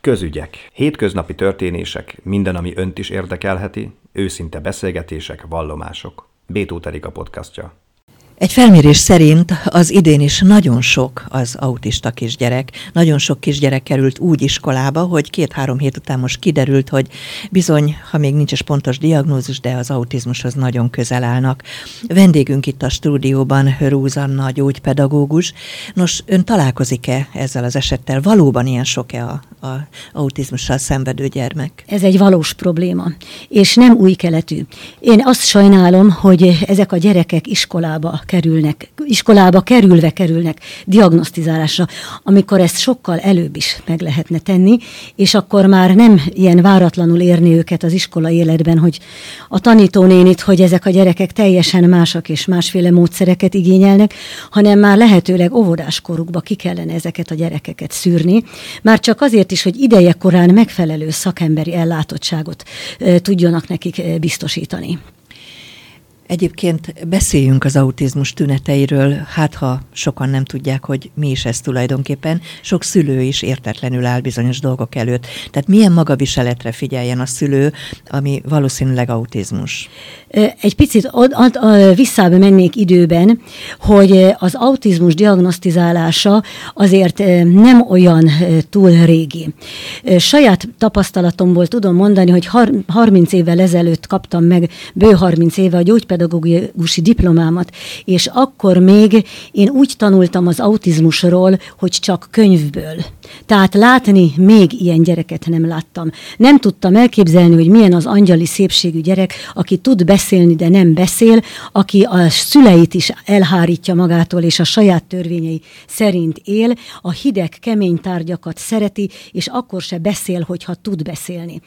Közügyek, hétköznapi történések, minden, ami önt is érdekelheti, őszinte beszélgetések, vallomások. Bétó Erika podcastja. Egy felmérés szerint az idén is nagyon sok az autista kisgyerek. Nagyon sok kisgyerek került úgy iskolába, hogy 2-3 hét után most kiderült, hogy bizony, ha még nincs is pontos diagnózis, de az autizmushoz nagyon közel állnak. Vendégünk itt a stúdióban Rúz Anna, gyógypedagógus. Nos, ön találkozik-e ezzel az esettel? Valóban ilyen sok-e a autizmussal szenvedő gyermek? Ez egy valós probléma, és nem új keletű. Én azt sajnálom, hogy ezek a gyerekek iskolába kerülve kerülnek diagnosztizálásra, amikor ezt sokkal előbb is meg lehetne tenni, és akkor már nem ilyen váratlanul érni őket az iskola életben, hogy a tanítónénit, hogy ezek a gyerekek teljesen másak és másféle módszereket igényelnek, hanem már lehetőleg óvodás korukba ki kellene ezeket a gyerekeket szűrni, már csak azért is, hogy ideje korán megfelelő szakemberi ellátottságot tudjanak nekik biztosítani. Egyébként beszéljünk az autizmus tüneteiről, hát ha sokan nem tudják, hogy mi is ez tulajdonképpen. Sok szülő is értetlenül áll bizonyos dolgok előtt. Tehát milyen magaviseletre figyeljen a szülő, ami valószínűleg autizmus? Egy picit visszább mennék időben, hogy az autizmus diagnosztizálása azért nem olyan túl régi. Saját tapasztalatomból tudom mondani, hogy 30 évvel ezelőtt kaptam meg, bő 30 éve a gyógypedagógusi diplomámat, és akkor még én úgy tanultam az autizmusról, hogy csak könyvből. Tehát látni még ilyen gyereket nem láttam. Nem tudtam elképzelni, hogy milyen az angyali szépségű gyerek, aki tud beszélni, de nem beszél, aki a szüleit is elhárítja magától, és a saját törvényei szerint él, a hideg, kemény tárgyakat szereti, és akkor se beszél, hogyha tud beszélni.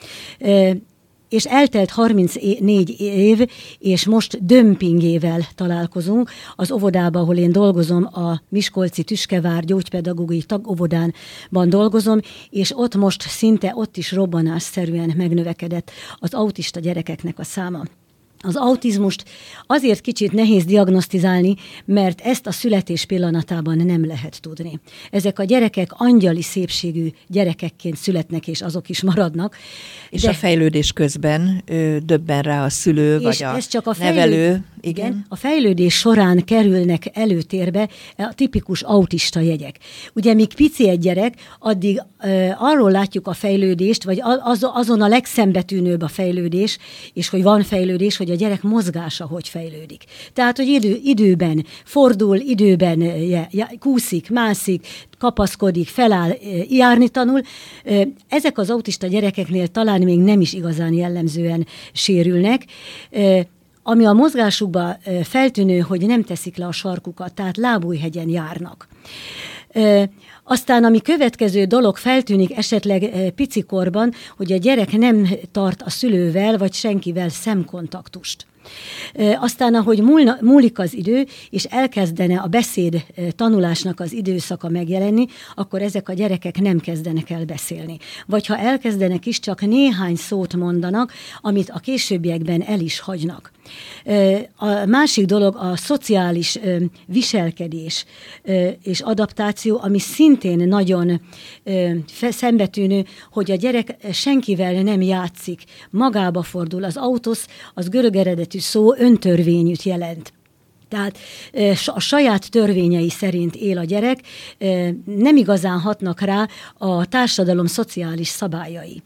És eltelt 34 év, és most dömpingével találkozunk. Az óvodában, ahol én dolgozom, a Miskolci Tüskevár gyógypedagógiai tagóvodánban dolgozom, és ott most szinte ott is robbanásszerűen megnövekedett az autista gyerekeknek a száma. Az autizmust azért kicsit nehéz diagnosztizálni, mert ezt a születés pillanatában nem lehet tudni. Ezek a gyerekek angyali szépségű gyerekekként születnek, és azok is maradnak. És a fejlődés közben döbben rá a szülő, vagy a nevelő. Igen, a fejlődés során kerülnek előtérbe a tipikus autista jegyek. Ugye míg pici egy gyerek, addig arról látjuk a fejlődést, vagy azon a legszembetűnőbb a fejlődés, és hogy van fejlődés, hogy a gyerek mozgása hogy fejlődik. Tehát, hogy időben fordul, időben kúszik, mászik, kapaszkodik, feláll, járni tanul. Ezek az autista gyerekeknél talán még nem is igazán jellemzően sérülnek. Ami a mozgásukban feltűnő, hogy nem teszik le a sarkukat, tehát lábújhegyen járnak. Aztán, ami következő dolog feltűnik esetleg picikorban, hogy a gyerek nem tart a szülővel, vagy senkivel szemkontaktust. Aztán, ahogy múlik az idő, és elkezdene a beszéd tanulásnak az időszaka megjelenni, akkor ezek a gyerekek nem kezdenek el beszélni. Vagy ha elkezdenek is, csak néhány szót mondanak, amit a későbbiekben el is hagynak. A másik dolog a szociális viselkedés és adaptáció, ami szintén nagyon szembetűnő, hogy a gyerek senkivel nem játszik, magába fordul. Az autosz, az görög eredetű szó öntörvényűt jelent. Tehát a saját törvényei szerint él a gyerek, nem igazán hatnak rá a társadalom szociális szabályai.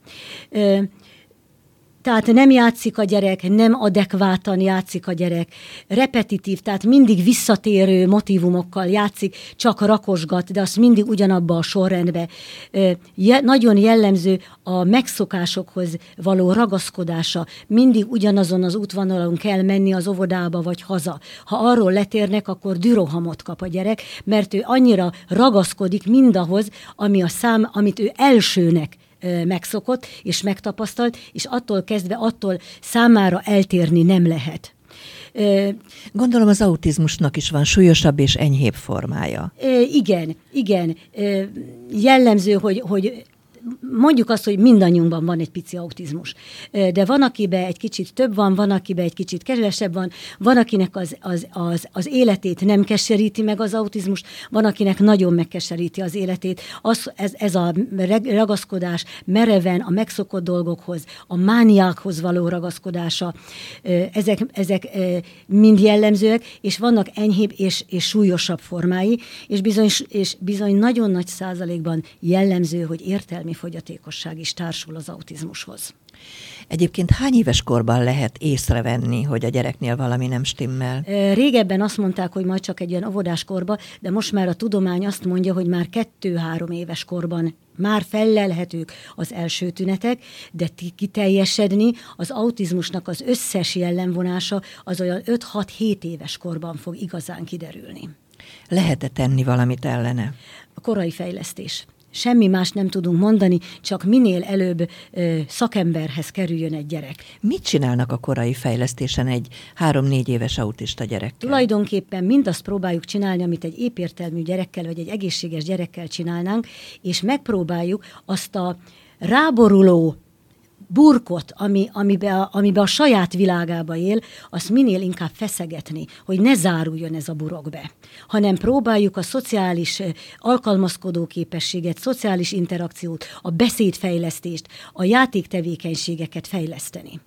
Tehát nem játszik a gyerek, nem adekvátan játszik a gyerek, repetitív, tehát mindig visszatérő motívumokkal játszik, csak rakosgat, de azt mindig ugyanabba a sorrendbe. Nagyon jellemző a megszokásokhoz való ragaszkodása, mindig ugyanazon az útvonalon kell menni az óvodába vagy haza. Ha arról letérnek, akkor dürohamot kap a gyerek, mert ő annyira ragaszkodik mindahhoz, amit ő elsőnek megszokott és megtapasztalt, és attól számára eltérni nem lehet. Gondolom az autizmusnak is van súlyosabb és enyhébb formája. Igen. Jellemző, hogy mondjuk azt, hogy mindannyiunkban van egy pici autizmus. De van, akiben egy kicsit több van akiben egy kicsit kevesebb van akinek az életét nem keseríti meg az autizmus, van, akinek nagyon megkeseríti az életét. Ez a ragaszkodás mereven a megszokott dolgokhoz, a mániákhoz való ragaszkodása, ezek mind jellemzőek, és vannak enyhébb és súlyosabb formái, és bizony nagyon nagy százalékban jellemző, hogy értelmi fogyatékosság is társul az autizmushoz. Egyébként hány éves korban lehet észrevenni, hogy a gyereknél valami nem stimmel? Régebben azt mondták, hogy majd csak egy ilyen óvodás korban, de most már a tudomány azt mondja, hogy már 2-3 éves korban már fellelhetők az első tünetek, de kiteljesedni az autizmusnak az összes jellemvonása az olyan 5-6-7 éves korban fog igazán kiderülni. Lehet-e tenni valamit ellene? A korai fejlesztés. Semmi más nem tudunk mondani, csak minél előbb szakemberhez kerüljön egy gyerek. Mit csinálnak a korai fejlesztésen egy 3-4 éves autista gyerekkel? Tulajdonképpen mindazt próbáljuk csinálni, amit egy épértelmű gyerekkel, vagy egy egészséges gyerekkel csinálnánk, és megpróbáljuk azt a ráboruló burkot, amiben a saját világába él, azt minél inkább feszegetni, hogy ne záruljon ez a burok be, hanem próbáljuk a szociális alkalmazkodó képességet, szociális interakciót, a beszédfejlesztést, a játéktevékenységeket fejleszteni.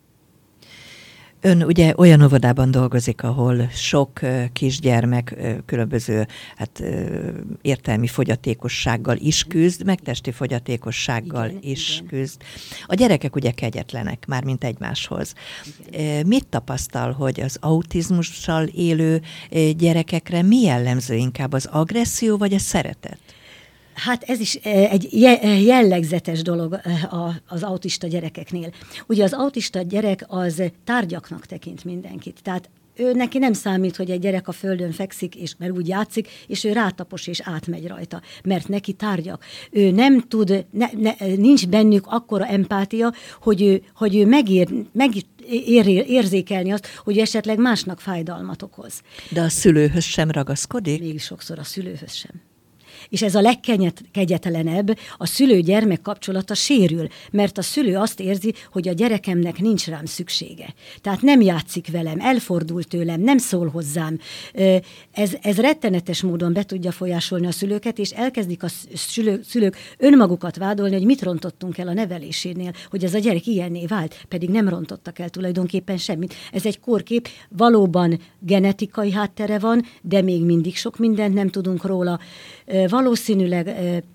Ön ugye olyan óvodában dolgozik, ahol sok kisgyermek különböző értelmi fogyatékossággal is küzd, meg testi fogyatékossággal is küzd. A gyerekek ugye kegyetlenek, mármint egymáshoz. Igen. Mit tapasztal, hogy az autizmussal élő gyerekekre mi jellemző inkább, az agresszió vagy a szeretet? Hát ez is egy jellegzetes dolog az autista gyerekeknél. Ugye az autista gyerek az tárgyaknak tekint mindenkit. Tehát neki nem számít, hogy egy gyerek a földön fekszik, mert úgy játszik, és ő rátapos és átmegy rajta, mert neki tárgyak. Ő nem tud, nincs bennük akkora empátia, hogy ő érzékelni azt, hogy esetleg másnak fájdalmat okoz. De a szülőhöz sem ragaszkodik? Mégis sokszor a szülőhöz sem. És ez a legkegyetlenebb, a szülő-gyermek kapcsolata sérül, mert a szülő azt érzi, hogy a gyerekemnek nincs rám szüksége. Tehát nem játszik velem, elfordul tőlem, nem szól hozzám. Ez rettenetes módon be tudja folyásolni a szülőket, és elkezdik a szülők önmagukat vádolni, hogy mit rontottunk el a nevelésénél, hogy ez a gyerek ilyenné vált, pedig nem rontottak el tulajdonképpen semmit. Ez egy kórkép, valóban genetikai háttere van, de még mindig sok mindent nem tudunk róla. Valószínűleg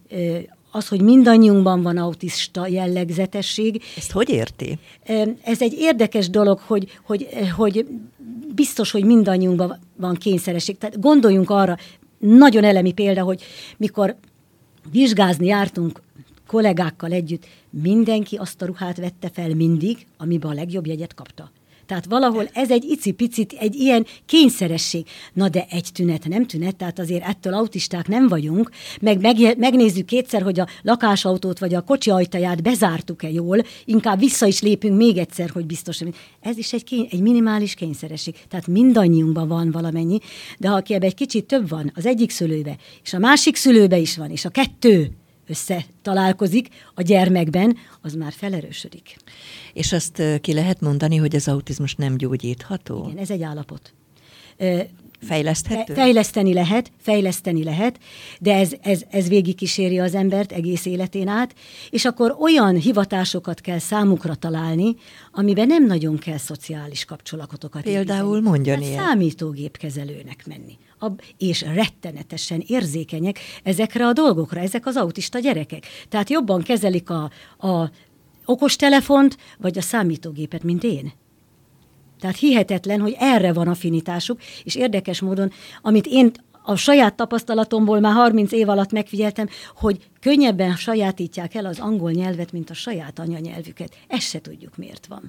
az, hogy mindannyiunkban van autista jellegzetesség. Ezt hogy érti? Ez egy érdekes dolog, hogy biztos, hogy mindannyiunkban van kényszeresség. Tehát gondoljunk arra, nagyon elemi példa, hogy mikor vizsgázni jártunk kollégákkal együtt, mindenki azt a ruhát vette fel mindig, amiben a legjobb jegyet kapta. Tehát valahol ez egy icipicit, egy ilyen kényszeresség. Na de egy tünet nem tünet, tehát azért ettől autisták nem vagyunk, megnézzük kétszer, hogy a lakásautót vagy a kocsi ajtaját bezártuk-e jól, inkább vissza is lépünk még egyszer, hogy biztos. Ez is egy minimális kényszeresség. Tehát mindannyiunkban van valamennyi, de ha ebben egy kicsit több van, az egyik szülőbe, és a másik szülőbe is van, és a kettő összetalálkozik a gyermekben, az már felerősödik. És azt ki lehet mondani, hogy az autizmus nem gyógyítható? Igen, ez egy állapot. Fejleszthető? Fejleszteni lehet, de ez végigkíséri az embert egész életén át, és akkor olyan hivatásokat kell számukra találni, amiben nem nagyon kell szociális kapcsolatokat. Például mondjon ilyen. Számítógépkezelőnek menni. És rettenetesen érzékenyek ezekre a dolgokra, ezek az autista gyerekek. Tehát jobban kezelik a okostelefont, vagy a számítógépet, mint én. Tehát hihetetlen, hogy erre van affinitásuk, és érdekes módon, amit én a saját tapasztalatomból már 30 év alatt megfigyeltem, hogy könnyebben sajátítják el az angol nyelvet, mint a saját anyanyelvüket. Ezt se tudjuk, miért van.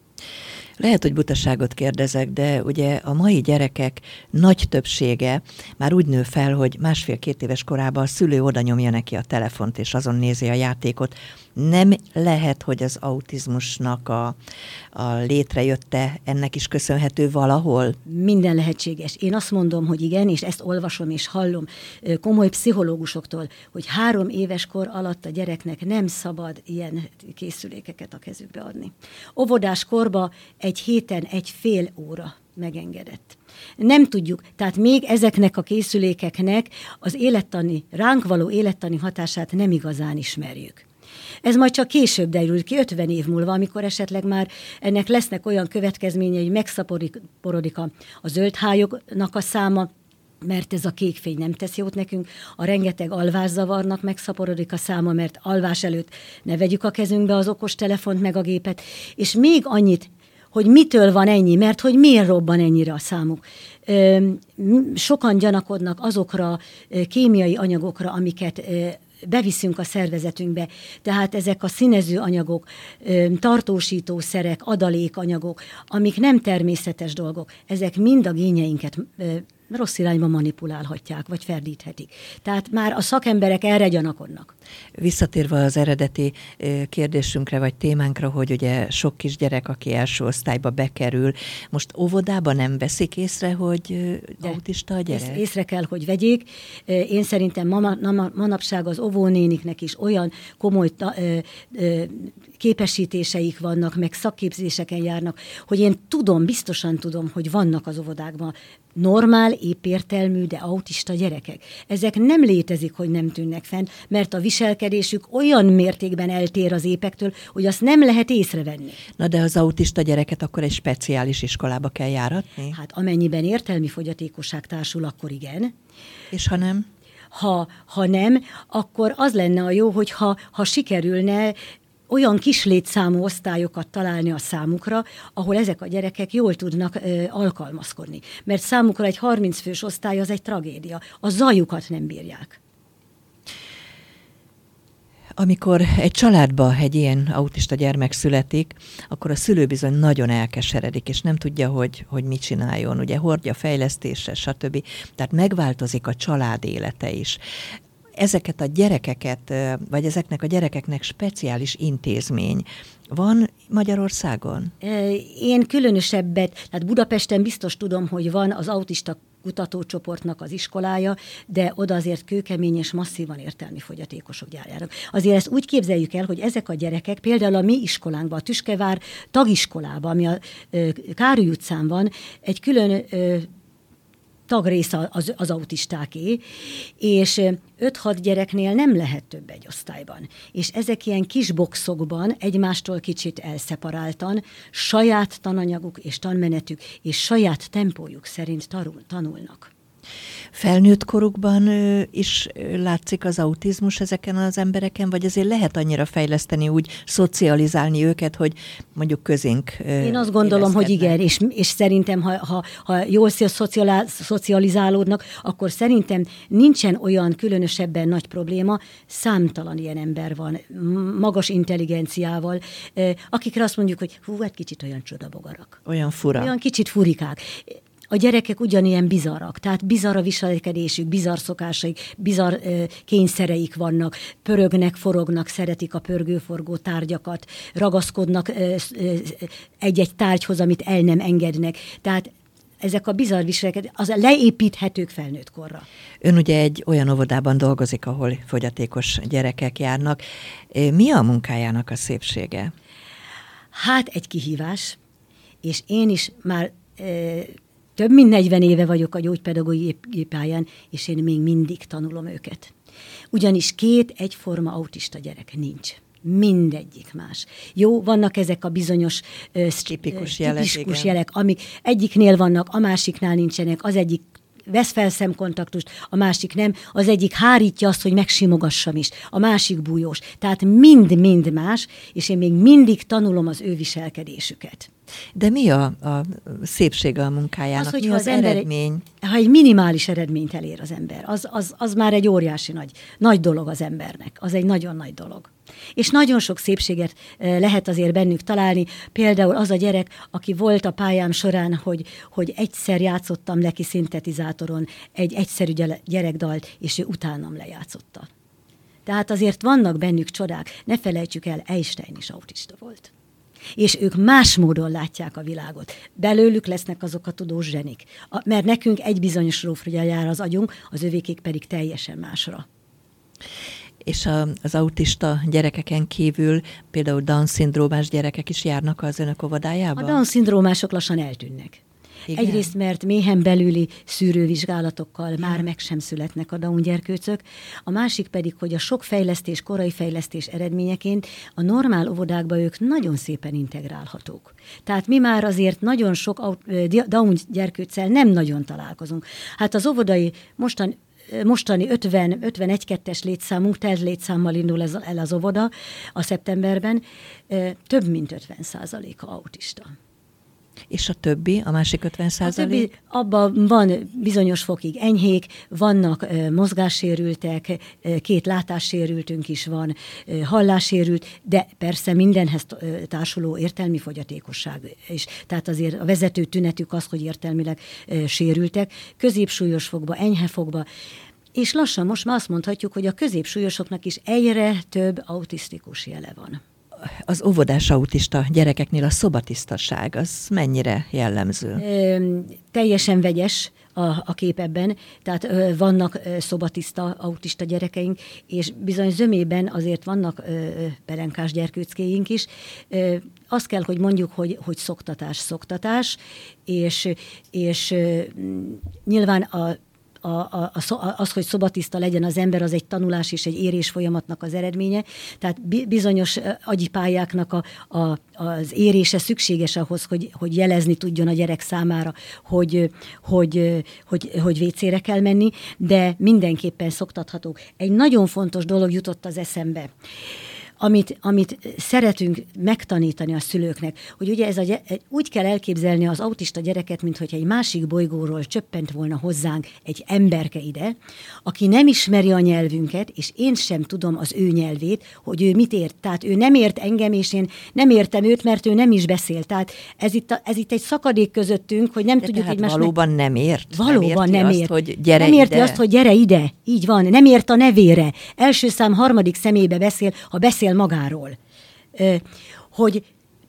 Lehet, hogy butaságot kérdezek, de ugye a mai gyerekek nagy többsége már úgy nő fel, hogy 1,5-2 éves korában a szülő oda nyomja neki a telefont, és azon nézi a játékot. Nem lehet, hogy az autizmusnak a létrejötte ennek is köszönhető valahol? Minden lehetséges. Én azt mondom, hogy igen, és ezt olvasom és hallom komoly pszichológusoktól, hogy 3 éves kor alatt a gyereknek nem szabad ilyen készülékeket a kezükbe adni. Óvodás korba egy héten 1,5 óra megengedett. Nem tudjuk, tehát még ezeknek a készülékeknek az ránk való élettani hatását nem igazán ismerjük. Ez majd csak később derül ki, 50 év múlva, amikor esetleg már ennek lesznek olyan következményei, hogy megszaporodik a zöldhályoknak a száma, mert ez a kék fény nem tesz jót nekünk, a rengeteg alvászavarnak megszaporodik a száma, mert alvás előtt ne vegyük a kezünkbe az okostelefont meg a gépet, és még annyit, hogy mitől van ennyi, mert hogy miért robban ennyire a számuk. Sokan gyanakodnak azokra kémiai anyagokra, amiket beviszünk a szervezetünkbe. Tehát ezek a színező anyagok, tartósítószerek, adalékanyagok, amik nem természetes dolgok, ezek mind a génjeinket rossz irányba manipulálhatják, vagy ferdíthetik. Tehát már a szakemberek erre gyanakodnak. Visszatérve az eredeti kérdésünkre, vagy témánkra, hogy ugye sok kisgyerek, aki első osztályba bekerül, most óvodában nem veszik észre, hogy autista a gyerek? Észre kell, hogy vegyék. Én szerintem manapság az óvónéniknek is olyan komoly képesítéseik vannak, meg szakképzéseken járnak, hogy én biztosan tudom, hogy vannak az óvodákban normál, épértelmű, de autista gyerekek. Ezek nem létezik, hogy nem tűnnek fenn, mert a viselkedésük olyan mértékben eltér az épektől, hogy azt nem lehet észrevenni. Na de az autista gyereket akkor egy speciális iskolába kell járatni? Hát amennyiben értelmi fogyatékosság társul, akkor igen. És ha nem? Ha nem, akkor az lenne a jó, hogy ha sikerülne olyan kis létszámú osztályokat találni a számukra, ahol ezek a gyerekek jól tudnak alkalmazkodni. Mert számukra egy 30 fős osztály az egy tragédia. A zajukat nem bírják. Amikor egy családba egy ilyen autista gyermek születik, akkor a szülő bizony nagyon elkeseredik, és nem tudja, hogy mit csináljon. Ugye hordja fejlesztésre, stb. Tehát megváltozik a család élete is. Ezeket a gyerekeket, vagy ezeknek a gyerekeknek speciális intézmény van Magyarországon? Én különösebbet, tehát Budapesten biztos tudom, hogy van az autista kutatócsoportnak az iskolája, de oda azért kőkemény és masszívan értelmi fogyatékosok járnak. Azért ezt úgy képzeljük el, hogy ezek a gyerekek például a mi iskolánkban, a Tüskevár tagiskolában, ami a Károly utcán van, egy külön tagrész az autistáké, és 5-6 gyereknél nem lehet több egy osztályban. És ezek ilyen kis boxokban, egymástól kicsit elszeparáltan, saját tananyaguk és tanmenetük és saját tempójuk szerint tanulnak. Felnőtt korukban is látszik az autizmus ezeken az embereken, vagy azért lehet annyira fejleszteni, úgy szocializálni őket, hogy mondjuk közénk Én azt gondolom, hogy igen, és szerintem, ha jól szocializálódnak, akkor szerintem nincsen olyan különösebben nagy probléma, számtalan ilyen ember van, magas intelligenciával, akikre azt mondjuk, hogy hát kicsit olyan csodabogarak. Olyan fura. Olyan kicsit furikák. A gyerekek ugyanilyen bizarrak, tehát bizarr a viselkedésük, bizarr szokásaik, bizarr kényszereik vannak, pörögnek, forognak, szeretik a pörgőforgó tárgyakat, ragaszkodnak egy-egy tárgyhoz, amit el nem engednek. Tehát ezek a bizarr viselkedések, az leépíthetők felnőtt korra. Ön ugye egy olyan óvodában dolgozik, ahol fogyatékos gyerekek járnak. Mi a munkájának a szépsége? Hát egy kihívás, és én is már több mint 40 éve vagyok a gyógypedagógiai pályán, és én még mindig tanulom őket. Ugyanis 2 egyforma autista gyerek nincs. Mindegyik más. Jó, vannak ezek a bizonyos tipikus jelek, amik egyiknél vannak, a másiknál nincsenek, az egyik vesz fel szemkontaktust, a másik nem, az egyik hárítja azt, hogy megsimogassam is, a másik bújós. Tehát mind-mind más, és én még mindig tanulom az ő viselkedésüket. De mi a szépsége a munkájának? Az, mi az eredmény? Ha egy minimális eredményt elér az ember, az már egy óriási nagy dolog az embernek. Az egy nagyon nagy dolog. És nagyon sok szépséget lehet azért bennük találni. Például az a gyerek, aki volt a pályám során, hogy egyszer játszottam neki szintetizátoron egy egyszerű gyerekdalt, és ő utánam lejátszotta. Tehát azért vannak bennük csodák. Ne felejtsük el, Einstein is autista volt. És ők más módon látják a világot. Belőlük lesznek azok a tudós zsenik. Mert nekünk egy bizonyos rófrugya jár az agyunk, az övékék pedig teljesen másra. És az autista gyerekeken kívül például Down-szindrómás gyerekek is járnak az önök óvodájában? A Down-szindrómások lassan eltűnnek. Igen. Egyrészt, mert méhen belüli szűrővizsgálatokkal már meg sem születnek a Down gyerkőcök, a másik pedig, hogy a sok fejlesztés, korai fejlesztés eredményeként a normál óvodákba ők nagyon szépen integrálhatók. Tehát mi már azért nagyon sok Down gyerkőccel nem nagyon találkozunk. Hát az óvodai mostani 50-51-2-es létszámunk, telt létszámmal indul el az óvoda a szeptemberben, több mint 50%-a autista. És a többi, a másik 50%? A többi, abban van bizonyos fokig enyhék, vannak mozgássérültek, 2 látássérültünk is van, hallássérült, de persze mindenhez társuló értelmi fogyatékosság is. Tehát azért a vezető tünetük az, hogy értelmileg sérültek, középsúlyos fokba, enyhe fokba, és lassan most már azt mondhatjuk, hogy a középsúlyosoknak is egyre több autisztikus jele van. Az óvodás autista gyerekeknél a szobatisztaság, az mennyire jellemző? Teljesen vegyes a kép ebben, tehát vannak szobatiszta autista gyerekeink, és bizony zömében azért vannak pelenkás gyerkőckéink is. Azt kell, hogy mondjuk, hogy szoktatás, és nyilván az, hogy szobatiszta legyen az ember, az egy tanulás és egy érés folyamatnak az eredménye. Tehát bizonyos agyi pályáknak az érése szükséges ahhoz, hogy jelezni tudjon a gyerek számára, hogy WC-re kell menni, de mindenképpen szoktathatók. Egy nagyon fontos dolog jutott az eszembe, amit szeretünk megtanítani a szülőknek, hogy ugye úgy kell elképzelni az autista gyereket, mintha egy másik bolygóról csöppent volna hozzánk egy emberke ide, aki nem ismeri a nyelvünket, és én sem tudom az ő nyelvét, hogy ő mit ért. Tehát ő nem ért engem, és én nem értem őt, mert ő nem is beszél. Tehát ez itt egy szakadék közöttünk, hogy nem tudjuk egymást valóban nem ért? Valóban nem ért. Hogy gyere nem érti ide. azt, hogy gyere ide. Így van. Nem ért a nevére. Első szám harmadik személybe beszél, ha beszél magáról. Hogy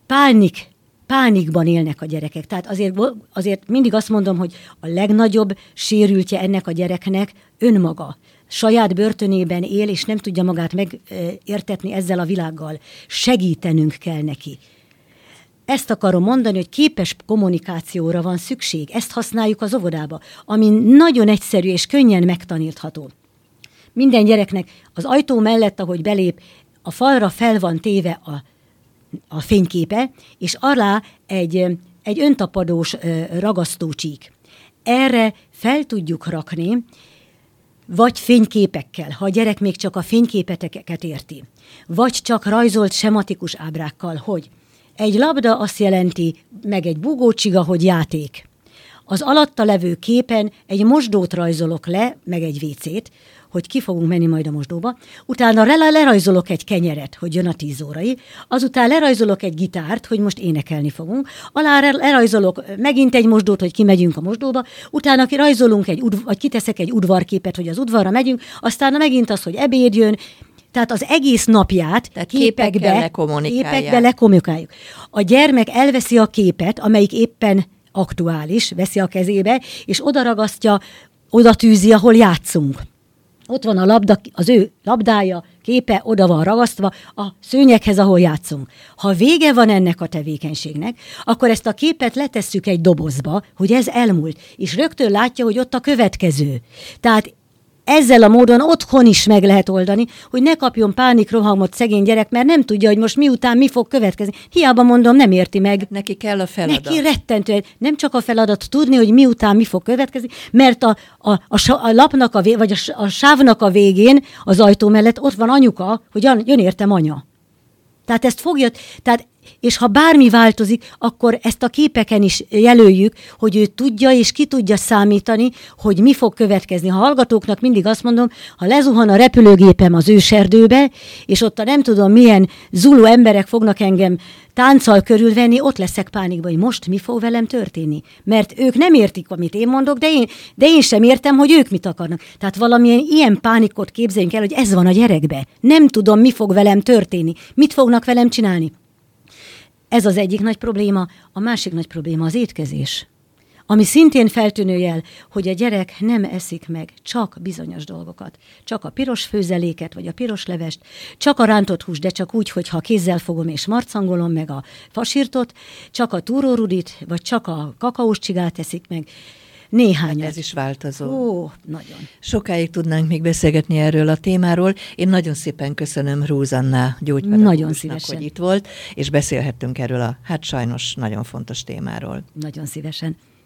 pánikban élnek a gyerekek. Tehát azért mindig azt mondom, hogy a legnagyobb sérültje ennek a gyereknek önmaga. Saját börtönében él, és nem tudja magát megértetni ezzel a világgal. Segítenünk kell neki. Ezt akarom mondani, hogy képes kommunikációra van szükség. Ezt használjuk az óvodába, ami nagyon egyszerű és könnyen megtanítható. Minden gyereknek az ajtó mellett, ahogy belép, a falra fel van téve a fényképe, és alá egy öntapadós ragasztócsík. Erre fel tudjuk rakni, vagy fényképekkel, ha a gyerek még csak a fényképeteket érti, vagy csak rajzolt sematikus ábrákkal, hogy egy labda azt jelenti, meg egy búgócsiga, hogy játék. Az alatta levő képen egy mosdót rajzolok le, meg egy WC-t, hogy ki fogunk menni majd a mosdóba, utána lerajzolok egy kenyeret, hogy jön a 10 órai, azután lerajzolok egy gitárt, hogy most énekelni fogunk, alá lerajzolok megint egy mosdót, hogy kimegyünk a mosdóba, utána rajzolunk vagy kiteszek egy udvarképet, hogy az udvarra megyünk, aztán megint az, hogy ebéd jön, tehát az egész napját képekbe lekommunikáljuk. A gyermek elveszi a képet, amelyik éppen aktuális, veszi a kezébe, és oda tűzi, ahol játszunk. Ott van a labda, az ő labdája, képe oda van ragasztva a szőnyeghez, ahol játszunk. Ha vége van ennek a tevékenységnek, akkor ezt a képet letesszük egy dobozba, hogy ez elmúlt, és rögtön látja, hogy ott a következő. Tehát ezzel a módon otthon is meg lehet oldani, hogy ne kapjon pánikrohamot szegény gyerek, mert nem tudja, hogy most miután mi fog következni. Hiába mondom, nem érti meg. Neki kell a feladat. Neki rettentően. Nem csak a feladat tudni, hogy miután mi fog következni, mert a lapnak vagy a sávnak a végén az ajtó mellett ott van anyuka, hogy jön értem anya. Tehát ezt fogja, tehát És ha bármi változik, akkor ezt a képeken is jelöljük, hogy ő tudja és ki tudja számítani, hogy mi fog következni. Ha hallgatóknak mindig azt mondom, ha lezuhan a repülőgépem az őserdőbe, és ott a nem tudom milyen zulu emberek fognak engem tánccal körülvenni, ott leszek pánikban, hogy most mi fog velem történni. Mert ők nem értik, amit én mondok, de én sem értem, hogy ők mit akarnak. Tehát valamilyen ilyen pánikot képzeljünk el, hogy ez van a gyerekbe. Nem tudom, mi fog velem történni. Mit fognak velem csinálni. Ez az egyik nagy probléma, a másik nagy probléma az étkezés. Ami szintén feltűnő jel, hogy a gyerek nem eszik meg csak bizonyos dolgokat. Csak a piros főzeléket, vagy a piros levest, csak a rántott húst, de csak úgy, hogyha kézzel fogom és marcangolom meg a fasírtot, csak a túrórudit, vagy csak a kakaós csigát eszik meg. Néhányat. Hát ez is változó. Ó, nagyon. Sokáig tudnánk még beszélgetni erről a témáról. Én nagyon szépen köszönöm Rózanna gyógypedagógusnak, hogy itt volt, és beszélhettünk erről a, hát sajnos nagyon fontos témáról. Nagyon szívesen.